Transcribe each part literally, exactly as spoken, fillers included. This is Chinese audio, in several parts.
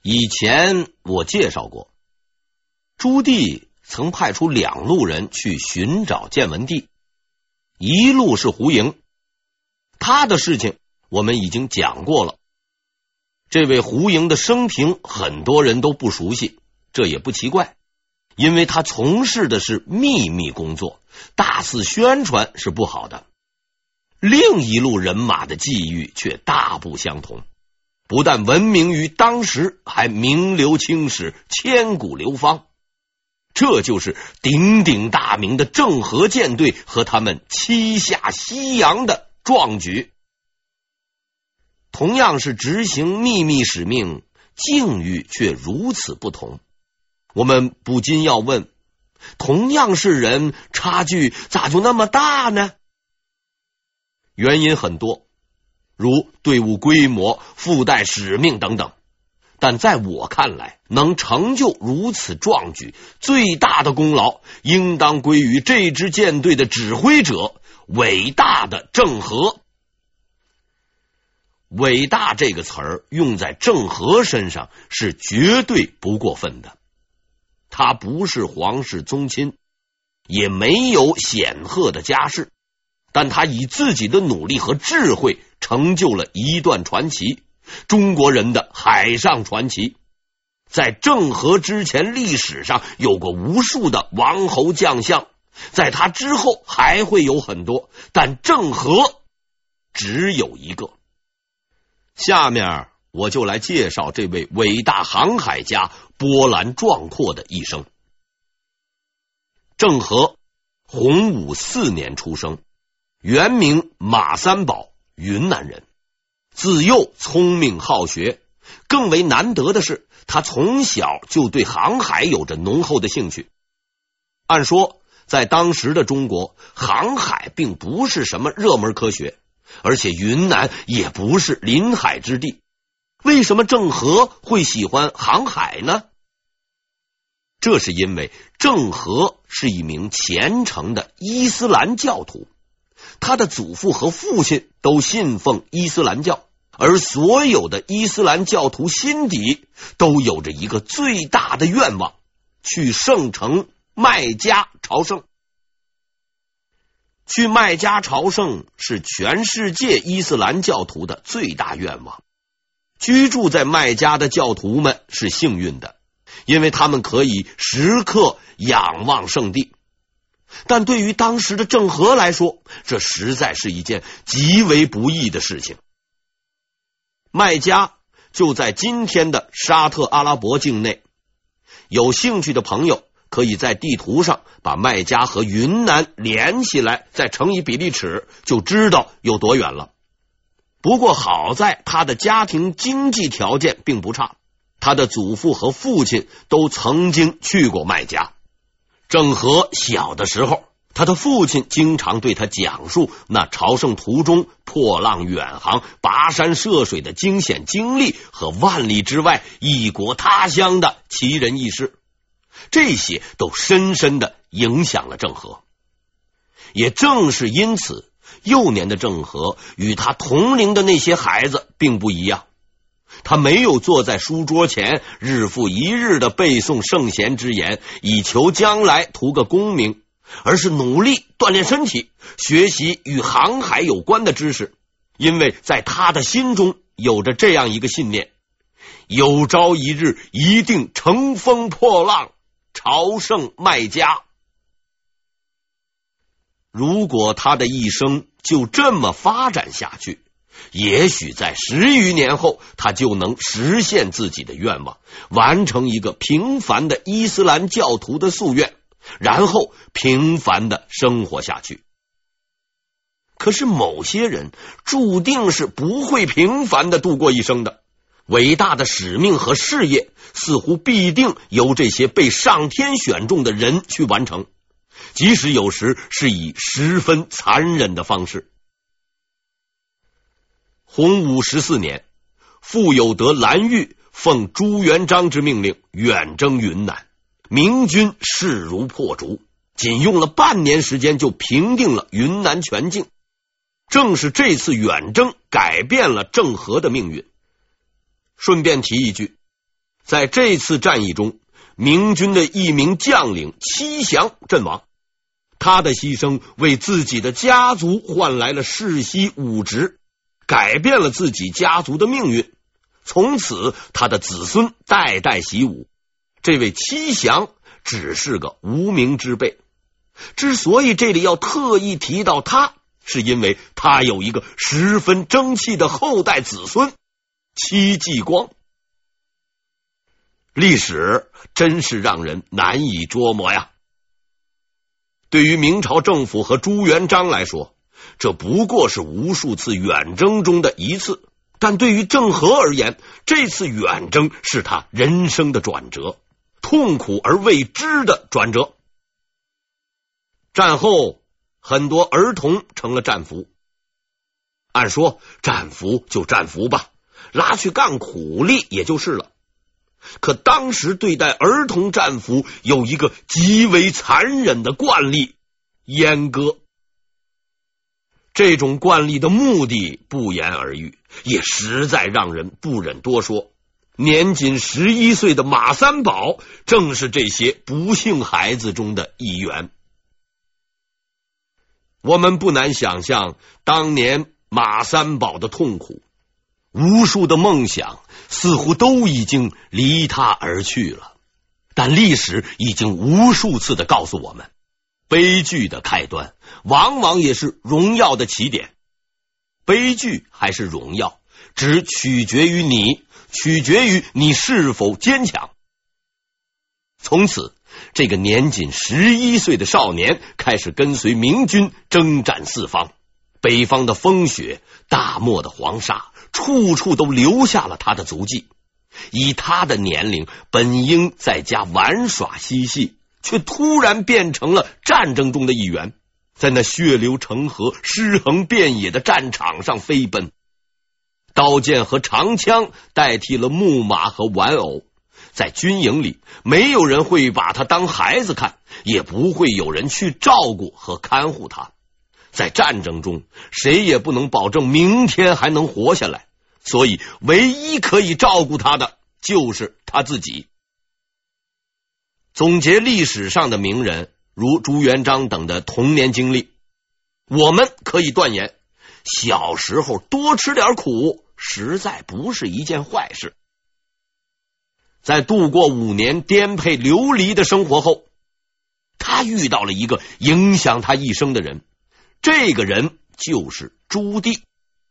以前我介绍过，朱棣曾派出两路人去寻找建文帝，一路是胡盈，他的事情我们已经讲过了。这位胡盈的生平很多人都不熟悉，这也不奇怪，因为他从事的是秘密工作，大肆宣传是不好的。另一路人马的际遇却大不相同，不但闻名于当时，还名留青史，千古流芳。这就是鼎鼎大名的郑和舰队和他们七下西洋的壮举。同样是执行秘密使命，境遇却如此不同。我们不禁要问，同样是人，差距咋就那么大呢？原因很多，如队伍规模、附带使命等等。但在我看来，能成就如此壮举，最大的功劳应当归于这支舰队的指挥者，伟大的郑和。伟大这个词儿用在郑和身上是绝对不过分的。他不是皇室宗亲，也没有显赫的家世，但他以自己的努力和智慧成就了一段传奇，中国人的海上传奇。在郑和之前，历史上有过无数的王侯将相，在他之后还会有很多，但郑和只有一个。下面我就来介绍这位伟大航海家波澜壮阔的一生。郑和洪武四年出生，原名马三宝，云南人。自幼聪明好学，更为难得的是，他从小就对航海有着浓厚的兴趣。按说，在当时的中国，航海并不是什么热门科学，而且云南也不是临海之地，为什么郑和会喜欢航海呢？这是因为郑和是一名虔诚的伊斯兰教徒，他的祖父和父亲都信奉伊斯兰教，而所有的伊斯兰教徒心底都有着一个最大的愿望，去圣城麦加朝圣。去麦加朝圣是全世界伊斯兰教徒的最大愿望。居住在麦加的教徒们是幸运的，因为他们可以时刻仰望圣地。但对于当时的郑和来说，这实在是一件极为不易的事情。麦加就在今天的沙特阿拉伯境内，有兴趣的朋友可以在地图上把麦加和云南连起来，再乘以比例尺，就知道有多远了。不过好在他的家庭经济条件并不差，他的祖父和父亲都曾经去过麦加。郑和小的时候，他的父亲经常对他讲述那朝圣途中破浪远航、跋山涉水的惊险经历和万里之外异国他乡的奇人异事，这些都深深的影响了郑和。也正是因此，幼年的郑和与他同龄的那些孩子并不一样，他没有坐在书桌前日复一日的背诵圣贤之言，以求将来图个功名，而是努力锻炼身体，学习与航海有关的知识。因为在他的心中有着这样一个信念，有朝一日一定乘风破浪，朝圣麦加。如果他的一生就这么发展下去，也许在十余年后，他就能实现自己的愿望，完成一个平凡的伊斯兰教徒的夙愿，然后平凡的生活下去。可是某些人注定是不会平凡的度过一生的，伟大的使命和事业似乎必定由这些被上天选中的人去完成，即使有时是以十分残忍的方式。洪武十四年，傅有德蓝玉奉朱元璋之命令远征云南，明军势如破竹，仅用了半年时间就平定了云南全境。正是这次远征改变了郑和的命运。顺便提一句， 在这次战役中，明军的一名将领戚祥阵亡，他的牺牲为自己的家族换来了世袭武职，改变了自己家族的命运。从此他的子孙代代习武，这位戚祥只是个无名之辈。之所以这里要特意提到他，是因为他有一个十分争气的后代子孙戚继光。历史真是让人难以捉摸呀。对于明朝政府和朱元璋来说，这不过是无数次远征中的一次，但对于郑和而言，这次远征是他人生的转折，痛苦而未知的转折。战后，很多儿童成了战俘。按说战俘就战俘吧，拉去干苦力也就是了。可当时对待儿童战俘有一个极为残忍的惯例——阉割。这种惯例的目的不言而喻，也实在让人不忍多说。年仅十一岁的马三宝正是这些不幸孩子中的一员。我们不难想象当年马三宝的痛苦，无数的梦想似乎都已经离他而去了。但历史已经无数次的告诉我们，悲剧的开端往往也是荣耀的起点。悲剧还是荣耀，只取决于你，取决于你是否坚强。从此，这个年仅十一岁的少年开始跟随明军征战四方，北方的风雪，大漠的黄沙，处处都留下了他的足迹。以他的年龄，本应在家玩耍嬉戏，却突然变成了战争中的一员，在那血流成河、尸横遍野的战场上飞奔。刀剑和长枪代替了木马和玩偶，在军营里，没有人会把他当孩子看，也不会有人去照顾和看护他。在战争中，谁也不能保证明天还能活下来，所以唯一可以照顾他的就是他自己。总结历史上的名人，如朱元璋等的童年经历，我们可以断言，小时候多吃点苦，实在不是一件坏事。在度过五年颠沛流离的生活后，他遇到了一个影响他一生的人，这个人就是朱棣。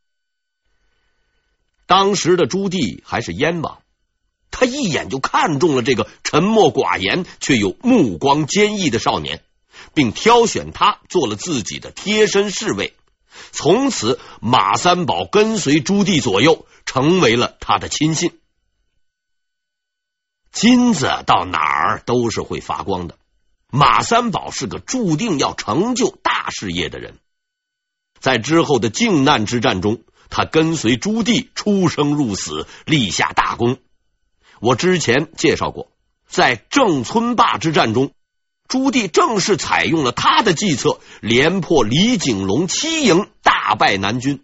当时的朱棣还是燕王，他一眼就看中了这个沉默寡言却又目光坚毅的少年，并挑选他做了自己的贴身侍卫。从此，马三宝跟随朱棣左右，成为了他的亲信。金子到哪儿都是会发光的，马三宝是个注定要成就大事业的人。在之后的靖难之战中，他跟随朱棣出生入死，立下大功。我之前介绍过，在郑村坝之战中，朱棣正是采用了他的计策，连破李景龙七营，大败南军。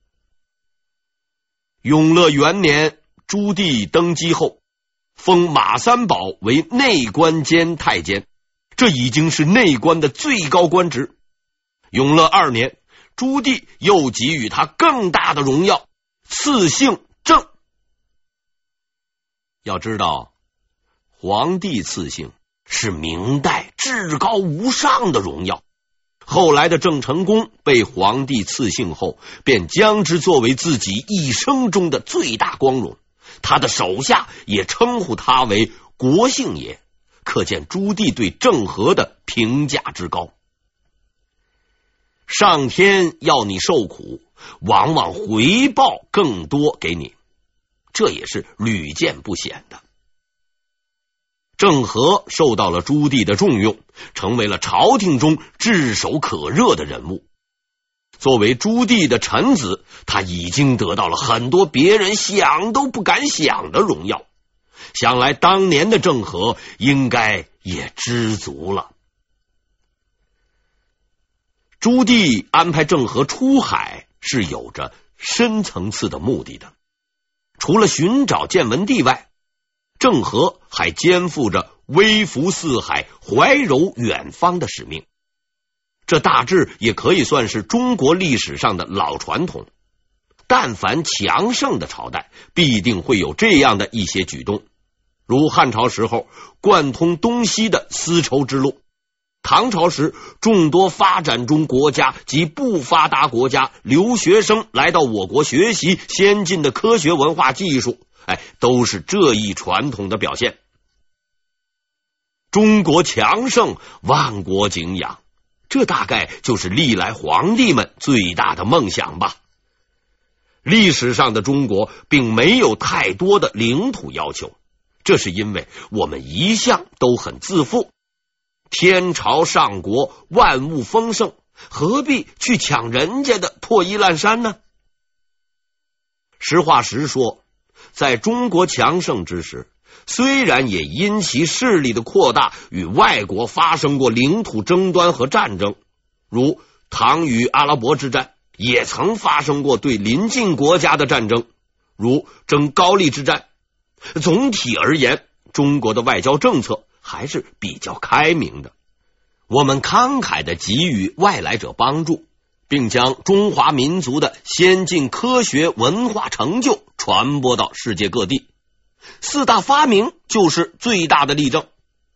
永乐元年，朱棣登基后，封马三宝为内官监太监，这已经是内官的最高官职。永乐二年，朱棣又给予他更大的荣耀，赐姓郑。要知道，皇帝赐姓是明代至高无上的荣耀，后来的郑成功被皇帝赐姓后，便将之作为自己一生中的最大光荣。他的手下也称呼他为国姓爷，可见朱棣对郑和的评价之高。上天要你受苦，往往回报更多给你，这也是屡见不鲜的。郑和受到了朱棣的重用，成为了朝廷中炙手可热的人物。作为朱棣的臣子，他已经得到了很多别人想都不敢想的荣耀。想来当年的郑和应该也知足了。朱棣安排郑和出海是有着深层次的目的的。除了寻找建文帝外， 郑和还肩负着微服四海、怀柔远方的使命。这大致也可以算是中国历史上的老传统。但凡强盛的朝代，必定会有这样的一些举动，如汉朝时候贯通东西的丝绸之路，唐朝时众多发展中国家及不发达国家留学生来到我国学习先进的科学文化技术，哎，都是这一传统的表现。中国强盛，万国敬仰，这大概就是历来皇帝们最大的梦想吧。历史上的中国并没有太多的领土要求，这是因为我们一向都很自负。天朝上国，万物丰盛，何必去抢人家的破衣烂衫呢？实话实说，在中国强盛之时，虽然也因其势力的扩大与外国发生过领土争端和战争，如唐与阿拉伯之战，也曾发生过对邻近国家的战争，如争高丽之战。总体而言，中国的外交政策还是比较开明的。我们慷慨的给予外来者帮助，并将中华民族的先进科学文化成就传播到世界各地。四大发明就是最大的例证。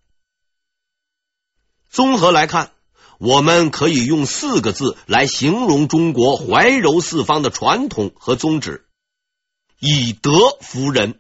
综合来看，我们可以用四个字来形容中国怀柔四方的传统和宗旨：以德服人。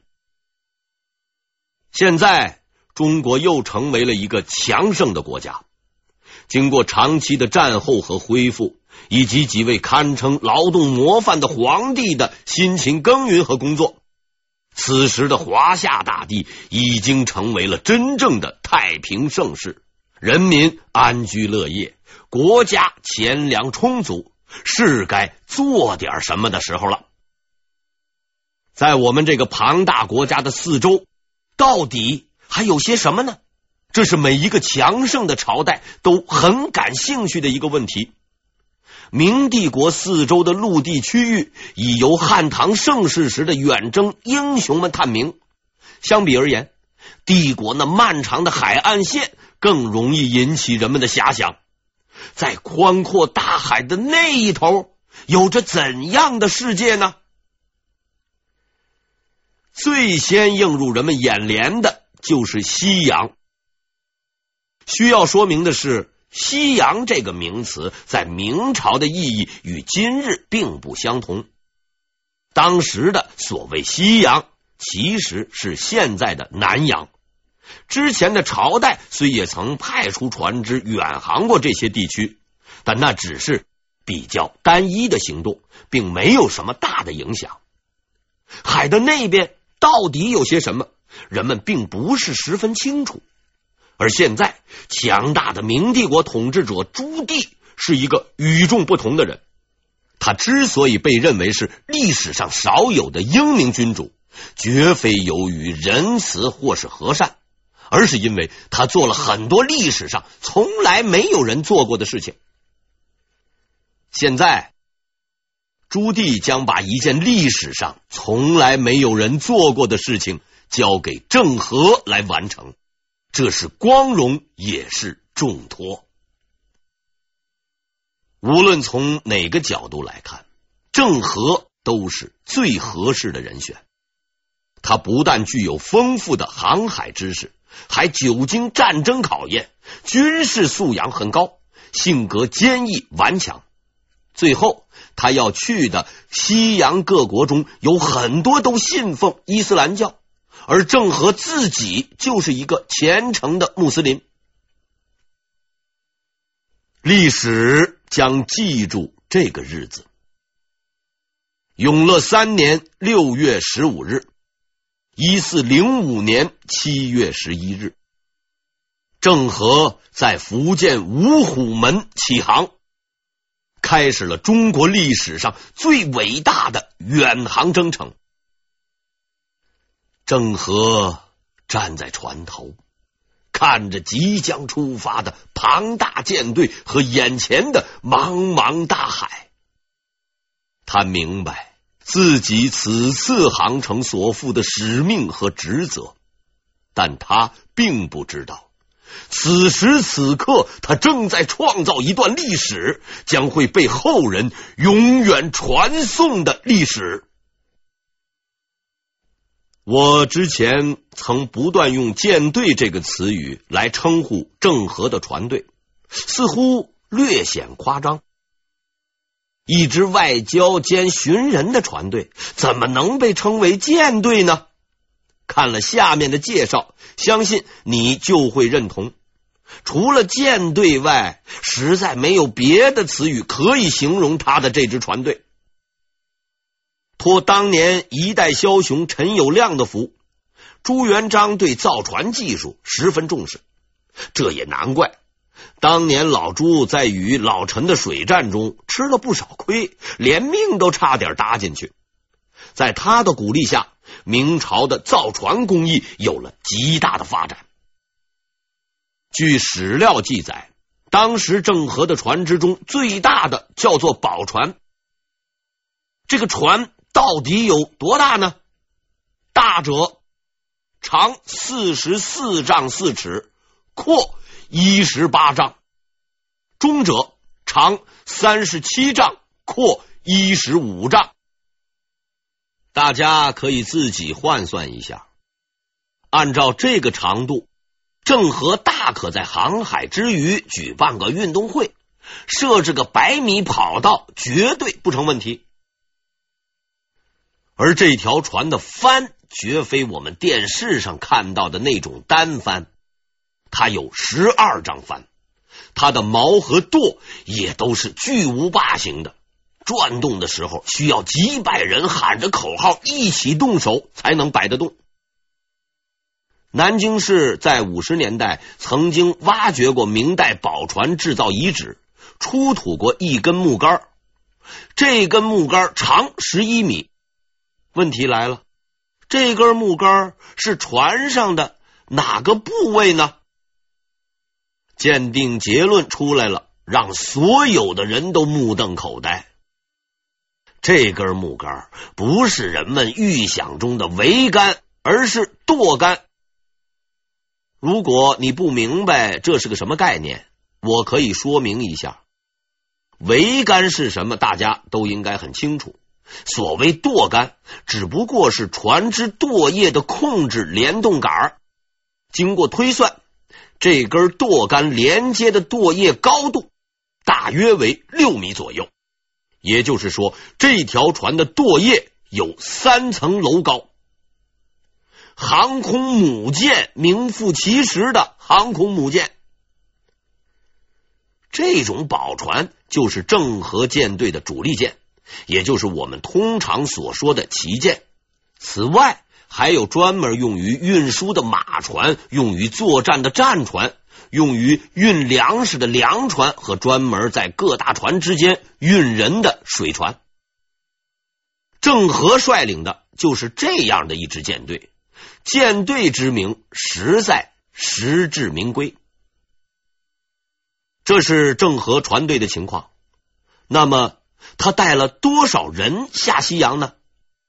现在中国又成为了一个强盛的国家，经过长期的战后和恢复，以及几位堪称劳动模范的皇帝的辛勤耕耘和工作，此时的华夏大地已经成为了真正的太平盛世，人民安居乐业，国家钱粮充足，是该做点什么的时候了。在我们这个庞大国家的四周，到底还有些什么呢？这是每一个强盛的朝代都很感兴趣的一个问题。明帝国四周的陆地区域已由汉唐盛世时的远征英雄们探明，相比而言，帝国那漫长的海岸线更容易引起人们的遐想。在宽阔大海的那一头，有着怎样的世界呢？最先映入人们眼帘的就是西洋。需要说明的是，西洋这个名词在明朝的意义与今日并不相同。当时的所谓西洋，其实是现在的南洋。之前的朝代虽也曾派出船只远航过这些地区，但那只是比较单一的行动，并没有什么大的影响。海的那边到底有些什么，人们并不是十分清楚。而现在，强大的明帝国统治者朱棣是一个与众不同的人。他之所以被认为是历史上少有的英明君主，绝非由于仁慈或是和善，而是因为他做了很多历史上从来没有人做过的事情。现在，朱棣将把一件历史上从来没有人做过的事情交给郑和来完成，这是光荣，也是重托。无论从哪个角度来看，郑和都是最合适的人选。他不但具有丰富的航海知识，还久经战争考验，军事素养很高，性格坚毅顽强。最后，他要去的西洋各国中有很多都信奉伊斯兰教，而郑和自己就是一个虔诚的穆斯林。历史将记住这个日子：永乐三年六月十五日，一四零五年七月十一日，郑和在福建五虎门起航，开始了中国历史上最伟大的远航征程。郑和站在船头，看着即将出发的庞大舰队和眼前的茫茫大海，他明白自己此次航程所负的使命和职责， 但他并不知道，此时此刻他正在创造一段历史，将会被后人永远传颂的历史。我之前曾不断用舰队这个词语来称呼郑和的船队，似乎略显夸张。一支外交兼巡人的船队怎么能被称为舰队呢？看了下面的介绍，相信你就会认同。除了舰队外，实在没有别的词语可以形容他的这支船队。托当年一代枭雄陈友谅的福，朱元璋对造船技术十分重视，这也难怪。当年老朱在与老陈的水战中吃了不少亏，连命都差点搭进去。在他的鼓励下，明朝的造船工艺有了极大的发展。据史料记载，当时郑和的船只中最大的叫做宝船。这个船到底有多大呢？大者长四十四丈四尺，阔一十八丈；中者长三十七丈，阔一十五丈。大家可以自己换算一下，按照这个长度，郑和大可在航海之余举办个运动会，设置个百米跑道，绝对不成问题。而这条船的帆绝非我们电视上看到的那种单帆，它有十二丈帆，它的锚和舵也都是巨无霸型的，转动的时候需要几百人喊着口号一起动手才能摆得动。南京市在五十年代曾经挖掘过明代宝船制造遗址，出土过一根木杆，这根木杆长十一米。问题来了，这根木杆是船上的哪个部位呢？鉴定结论出来了，让所有的人都目瞪口呆。这根木杆不是人们预想中的桅杆，而是舵杆。如果你不明白这是个什么概念，我可以说明一下。桅杆是什么，大家都应该很清楚。所谓舵杆，只不过是船只舵叶的控制联动杆。经过推算，这根舵杆连接的舵叶高度大约为六米左右，也就是说，这条船的舵叶有三层楼高。航空母舰，名副其实的航空母舰。这种宝船就是郑和舰队的主力舰，也就是我们通常所说的旗舰。此外，还有专门用于运输的马船，用于作战的战船，用于运粮食的粮船和专门在各大船之间运人的水船。郑和率领的就是这样的一支舰队，舰队之名实在实至名归。这是郑和船队的情况。那么他带了多少人下西洋呢？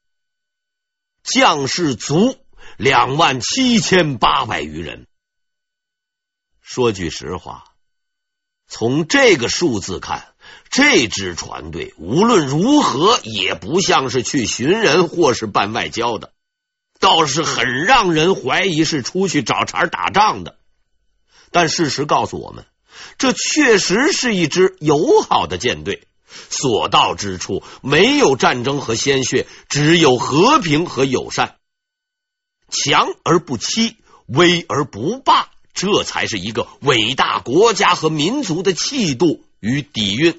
将士卒两万七千八百余人。说句实话，从这个数字看，这支船队无论如何也不像是去寻人或是办外交的，倒是很让人怀疑是出去找茬打仗的。但事实告诉我们，这确实是一支友好的舰队，所到之处没有战争和鲜血，只有和平和友善。强而不欺，威而不霸，这才是一个伟大国家和民族的气度与底蕴。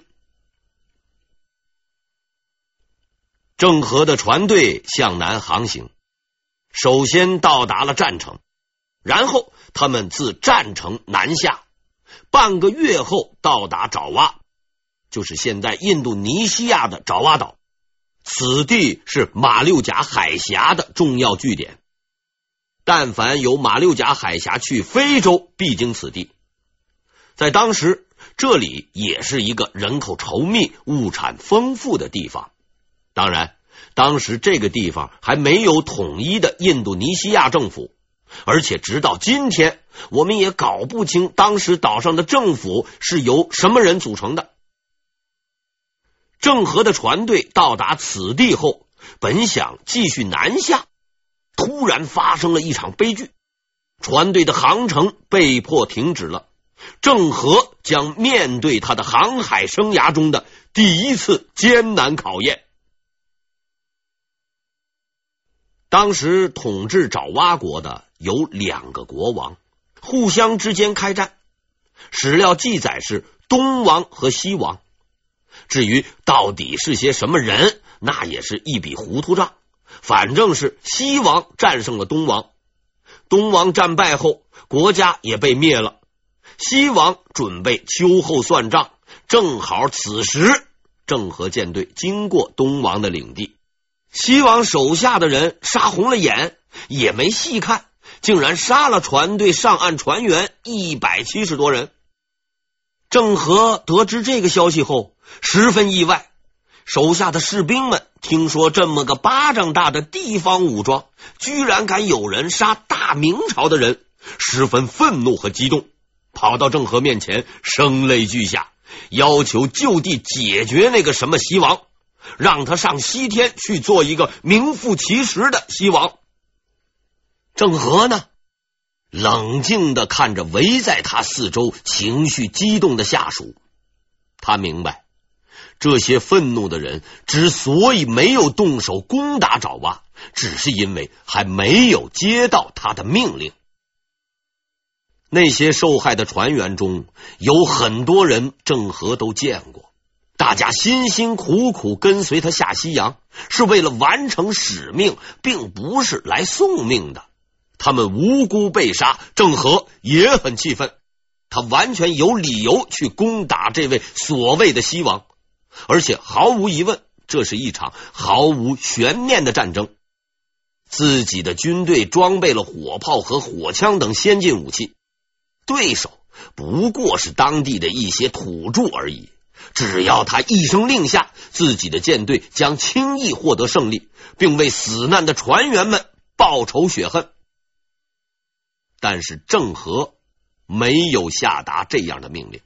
郑和的船队向南航行，首先到达了占城，然后他们自占城南下，半个月后到达爪哇，就是现在印度尼西亚的爪哇岛。此地是马六甲海峡的重要据点，但凡有马六甲海峡去非洲，必经此地。在当时，这里也是一个人口稠密、物产丰富的地方。当然，当时这个地方还没有统一的印度尼西亚政府， 而且直到今天，我们也搞不清当时岛上的政府是由什么人组成的。郑和的船队到达此地后，本想继续南下，突然发生了一场悲剧，船队的航程被迫停止了。郑和将面对他的航海生涯中的第一次艰难考验。当时统治爪哇国的有两个国王，互相之间开战，史料记载是东王和西王。至于到底是些什么人，那也是一笔糊涂账。反正是西王战胜了东王，东王战败后，国家也被灭了。西王准备秋后算账，正好此时郑和舰队经过东王的领地，西王手下的人杀红了眼，也没细看，竟然杀了船队上岸船员一百七十多人。郑和得知这个消息后十分意外，手下的士兵们听说这么个巴掌大的地方武装居然敢有人杀大明朝的人，十分愤怒和激动，跑到郑和面前声泪俱下，要求就地解决那个什么西王，让他上西天去做一个名副其实的西王。郑和呢，冷静地看着围在他四周情绪激动的下属，他明白这些愤怒的人之所以没有动手攻打爪哇，只是因为还没有接到他的命令。那些受害的船员中有很多人郑和都见过，大家辛辛苦苦跟随他下西洋，是为了完成使命，并不是来送命的。他们无辜被杀，郑和也很气愤，他完全有理由去攻打这位所谓的西王，而且毫无疑问，这是一场毫无悬念的战争。自己的军队装备了火炮和火枪等先进武器，对手不过是当地的一些土著而已，只要他一声令下，自己的舰队将轻易获得胜利，并为死难的船员们报仇雪恨。但是郑和没有下达这样的命令，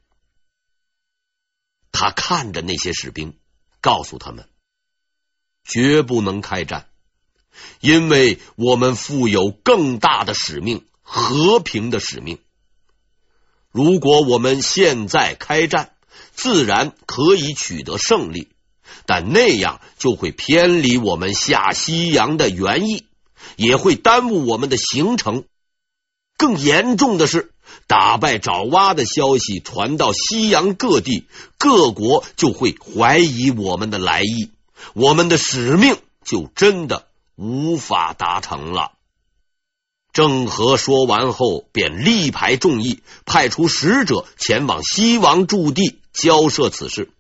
他看着那些士兵，告诉他们绝不能开战，因为我们负有更大的使命，和平的使命。如果我们现在开战，自然可以取得胜利，但那样就会偏离我们下西洋的原意，也会耽误我们的行程。更严重的是，打败爪哇的消息传到西洋各地，各国就会怀疑我们的来意，我们的使命就真的无法达成了。郑和说完后，便力排众议，派出使者前往西王驻地交涉此事。